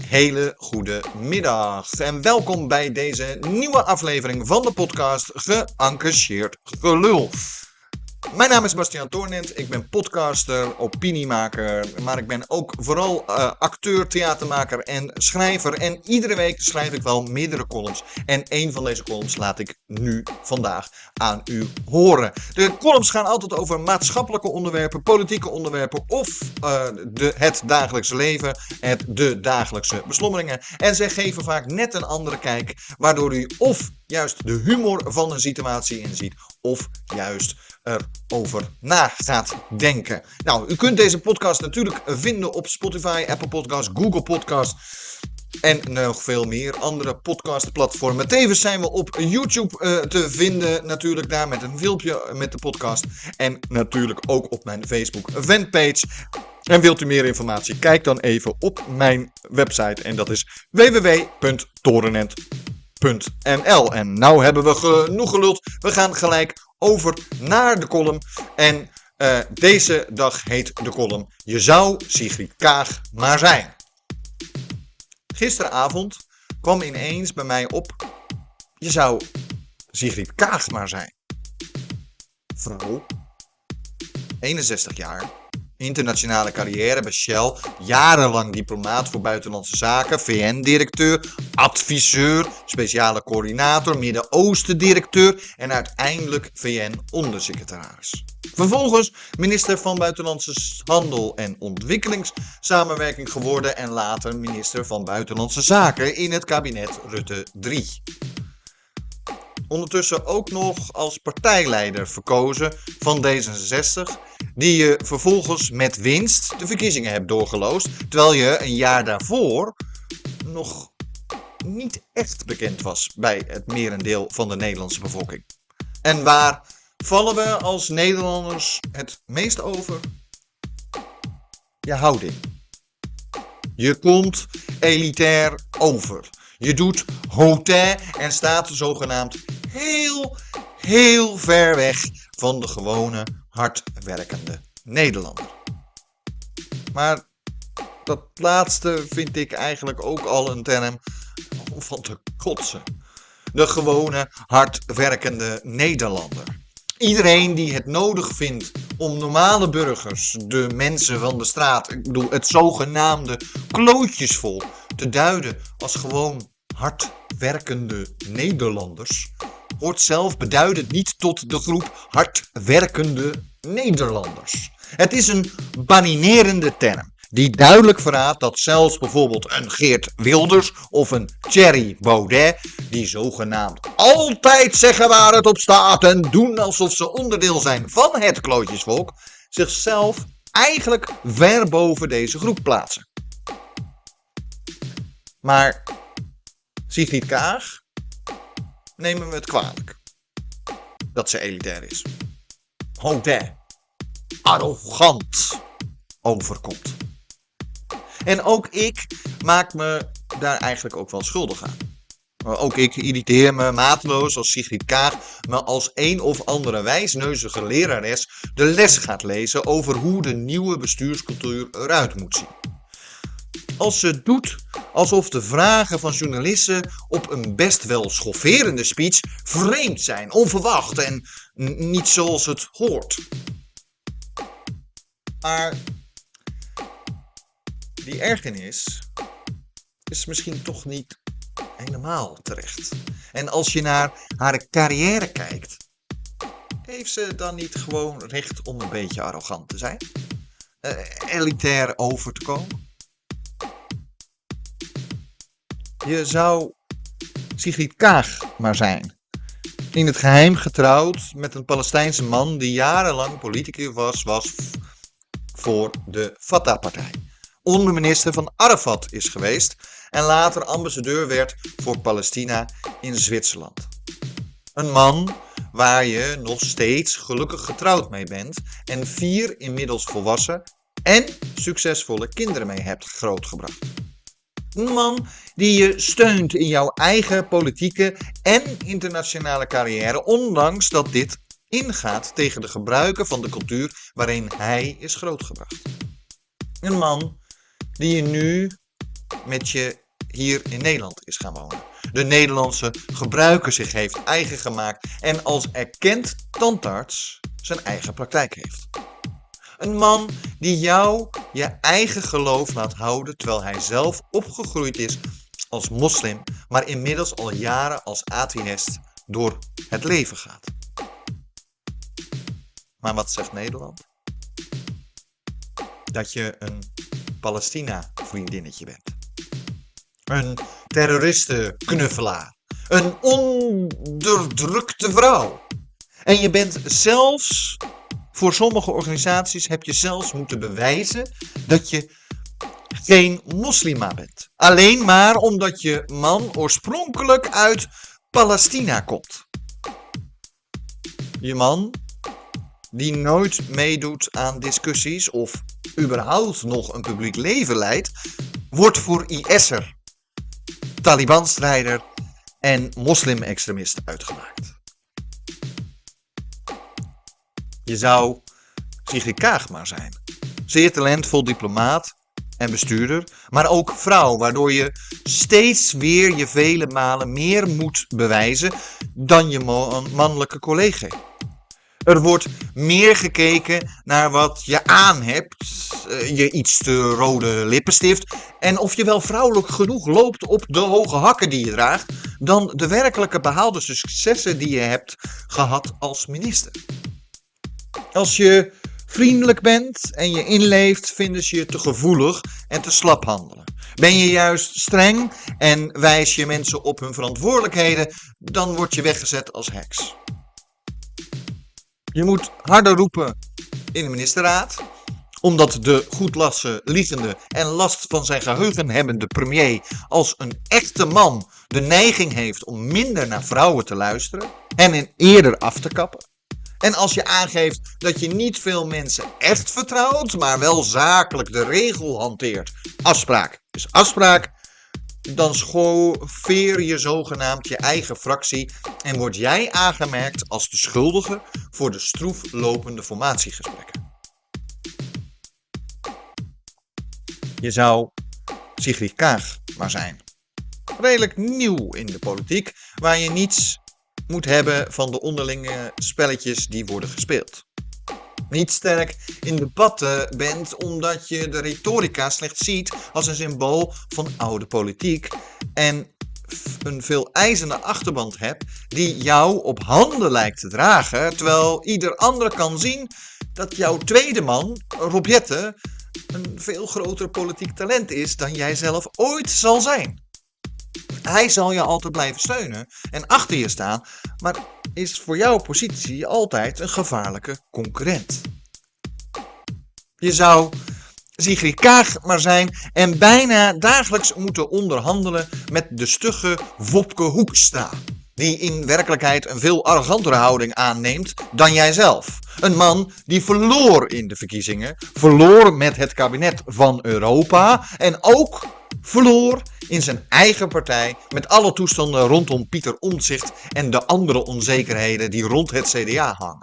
hele goede middag en welkom bij deze nieuwe aflevering van de podcast Geëngageerd Gelul. Mijn naam is Bastiaan Toornent, ik ben podcaster, opiniemaker, maar ik ben ook vooral acteur, theatermaker en schrijver. En iedere week schrijf ik wel meerdere columns en een van deze columns laat ik nu vandaag aan u horen. De columns gaan altijd over maatschappelijke onderwerpen, politieke onderwerpen of het dagelijkse leven, de dagelijkse beslommeringen. En zij geven vaak net een andere kijk, waardoor u of juist de humor van een situatie inziet of juist erover na gaat denken. Nou, u kunt deze podcast natuurlijk vinden op Spotify, Apple Podcasts, Google Podcasts en nog veel meer andere podcastplatformen. Tevens zijn we op YouTube te vinden, natuurlijk daar met een filmpje met de podcast. En natuurlijk ook op mijn Facebook fanpage. En wilt u meer informatie, kijk dan even op mijn website en dat is www.torenent.nl. En nou hebben we genoeg geluld. We gaan gelijk over naar de column. En deze dag heet de column Je zou Sigrid Kaag maar zijn. Gisteravond kwam ineens bij mij op: je zou Sigrid Kaag maar zijn. Vrouw, 61 jaar, internationale carrière bij Shell, jarenlang diplomaat voor buitenlandse zaken, VN-directeur, adviseur, speciale coördinator, Midden-Oosten-directeur en uiteindelijk VN-ondersecretaris. Vervolgens minister van Buitenlandse Handel en Ontwikkelingssamenwerking geworden en later minister van Buitenlandse Zaken in het kabinet Rutte 3. Ondertussen ook nog als partijleider verkozen van D66, die je vervolgens met winst de verkiezingen hebt doorgeloosd, terwijl je een jaar daarvoor nog niet echt bekend was bij het merendeel van de Nederlandse bevolking. En waar vallen we als Nederlanders het meest over? Je houding. Je komt elitair over. Je doet hautain en staat zogenaamd heel ver weg van de gewone, hardwerkende Nederlander. Maar dat laatste vind ik eigenlijk ook al een term om van te kotsen. De gewone, hardwerkende Nederlander. Iedereen die het nodig vindt om normale burgers, de mensen van de straat, ik bedoel het zogenaamde klootjesvolk, te duiden als gewoon hardwerkende Nederlanders, hoort zelf beduidend niet tot de groep hardwerkende Nederlanders. Het is een baninerende term die duidelijk verraadt dat zelfs bijvoorbeeld een Geert Wilders of een Thierry Baudet, die zogenaamd altijd zeggen waar het op staat en doen alsof ze onderdeel zijn van het klootjesvolk, zichzelf eigenlijk ver boven deze groep plaatsen. Maar Sigrid Kaag nemen we het kwalijk dat ze elitair is, hautain, arrogant overkomt. En ook ik maak me daar eigenlijk ook wel schuldig aan. Ook ik irriteer me mateloos als Sigrid Kaag me als een of andere wijsneuzige lerares de les gaat lezen over hoe de nieuwe bestuurscultuur eruit moet zien. Als ze doet alsof de vragen van journalisten op een best wel schofferende speech vreemd zijn, onverwacht en niet zoals het hoort. Maar die ergernis is misschien toch niet helemaal terecht. En als je naar haar carrière kijkt, heeft ze dan niet gewoon recht om een beetje arrogant te zijn? Elitair over te komen? Je zou Sigrid Kaag maar zijn. In het geheim getrouwd met een Palestijnse man die jarenlang politicus was voor de Fatah-partij. Onderminister van Arafat is geweest en later ambassadeur werd voor Palestina in Zwitserland. Een man waar je nog steeds gelukkig getrouwd mee bent en 4 inmiddels volwassen en succesvolle kinderen mee hebt grootgebracht. Een man die je steunt in jouw eigen politieke en internationale carrière, ondanks dat dit ingaat tegen de gebruiken van de cultuur waarin hij is grootgebracht. Een man die je nu met je hier in Nederland is gaan wonen. De Nederlandse gebruiker zich heeft eigen gemaakt en als erkend tandarts zijn eigen praktijk heeft. Een man die jou je eigen geloof laat houden terwijl hij zelf opgegroeid is als moslim, maar inmiddels al jaren als atheïst door het leven gaat. Maar wat zegt Nederland? Dat je een Palestina-vriendinnetje bent. Een terroristenknuffelaar. Een onderdrukte vrouw. En je bent zelfs, voor sommige organisaties heb je zelfs moeten bewijzen dat je geen moslima bent. Alleen maar omdat je man oorspronkelijk uit Palestina komt. Je man die nooit meedoet aan discussies of überhaupt nog een publiek leven leidt, wordt voor IS'er, Taliban-strijder en moslim-extremist uitgemaakt. Je zou Sigrid Kaag maar zijn. Zeer talentvol diplomaat en bestuurder, maar ook vrouw, waardoor je steeds weer je vele malen meer moet bewijzen dan je mannelijke collega. Er wordt meer gekeken naar wat je aan hebt, je iets te rode lippenstift en of je wel vrouwelijk genoeg loopt op de hoge hakken die je draagt, dan de werkelijke behaalde successen die je hebt gehad als minister. Als je vriendelijk bent en je inleeft, vinden ze je te gevoelig en te slap handelen. Ben je juist streng en wijs je mensen op hun verantwoordelijkheden, dan word je weggezet als heks. Je moet harder roepen in de ministerraad, omdat de goedlassen, liegende en last van zijn geheugen hebbende premier als een echte man de neiging heeft om minder naar vrouwen te luisteren en eerder af te kappen. En als je aangeeft dat je niet veel mensen echt vertrouwt, maar wel zakelijk de regel hanteert. Afspraak is afspraak. Dan schoffeer je zogenaamd je eigen fractie en word jij aangemerkt als de schuldige voor de stroef lopende formatiegesprekken. Je zou Sigrid Kaag maar zijn. Redelijk nieuw in de politiek, waar je niets moet hebben van de onderlinge spelletjes die worden gespeeld. Niet sterk in debatten bent omdat je de retorica slechts ziet als een symbool van oude politiek en een veel eisende achterband hebt die jou op handen lijkt te dragen, terwijl ieder ander kan zien dat jouw tweede man, Rob Jetten, een veel groter politiek talent is dan jij zelf ooit zal zijn. Hij zal je altijd blijven steunen en achter je staan, maar is voor jouw positie altijd een gevaarlijke concurrent. Je zou Sigrid Kaag maar zijn en bijna dagelijks moeten onderhandelen met de stugge Wopke Hoekstra, die in werkelijkheid een veel arrogantere houding aanneemt dan jijzelf. Een man die verloor in de verkiezingen, verloor met het kabinet van Europa en ook verloor in zijn eigen partij met alle toestanden rondom Pieter Omtzigt en de andere onzekerheden die rond het CDA hangen.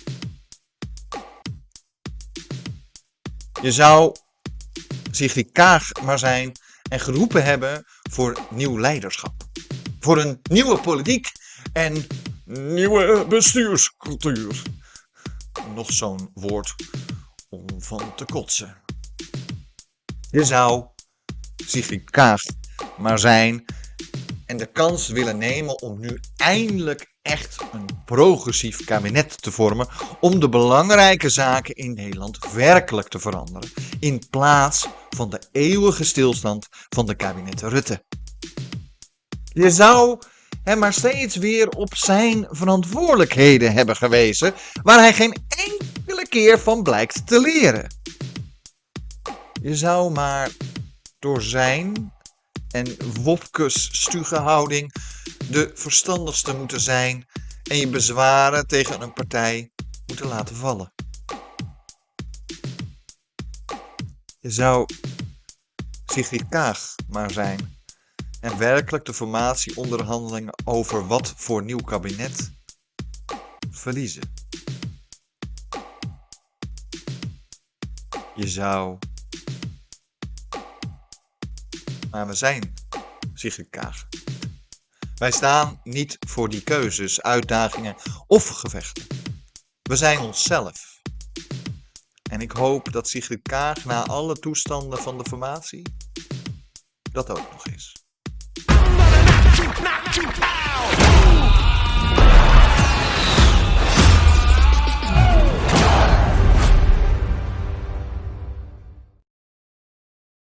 Je zou Sigrid Kaag maar zijn en geroepen hebben voor nieuw leiderschap. Voor een nieuwe politiek en nieuwe bestuurscultuur. Nog zo'n woord om van te kotsen. Je zou Sigrid Kaag maar zijn en de kans willen nemen om nu eindelijk echt een progressief kabinet te vormen om de belangrijke zaken in Nederland werkelijk te veranderen, in plaats van de eeuwige stilstand van de kabinetten Rutte. Je zou hem maar steeds weer op zijn verantwoordelijkheden hebben gewezen, waar hij geen enkele keer van blijkt te leren. Je zou maar door zijn en Wopkes stugge houding de verstandigste moeten zijn en je bezwaren tegen een partij moeten laten vallen. Je zou Sigrid Kaag maar zijn en werkelijk de formatieonderhandelingen over wat voor nieuw kabinet verliezen. Je zou Maar we zijn Sigrid Kaag. Wij staan niet voor die keuzes, uitdagingen of gevechten. We zijn onszelf. En ik hoop dat Sigrid Kaag na alle toestanden van de formatie dat ook nog is.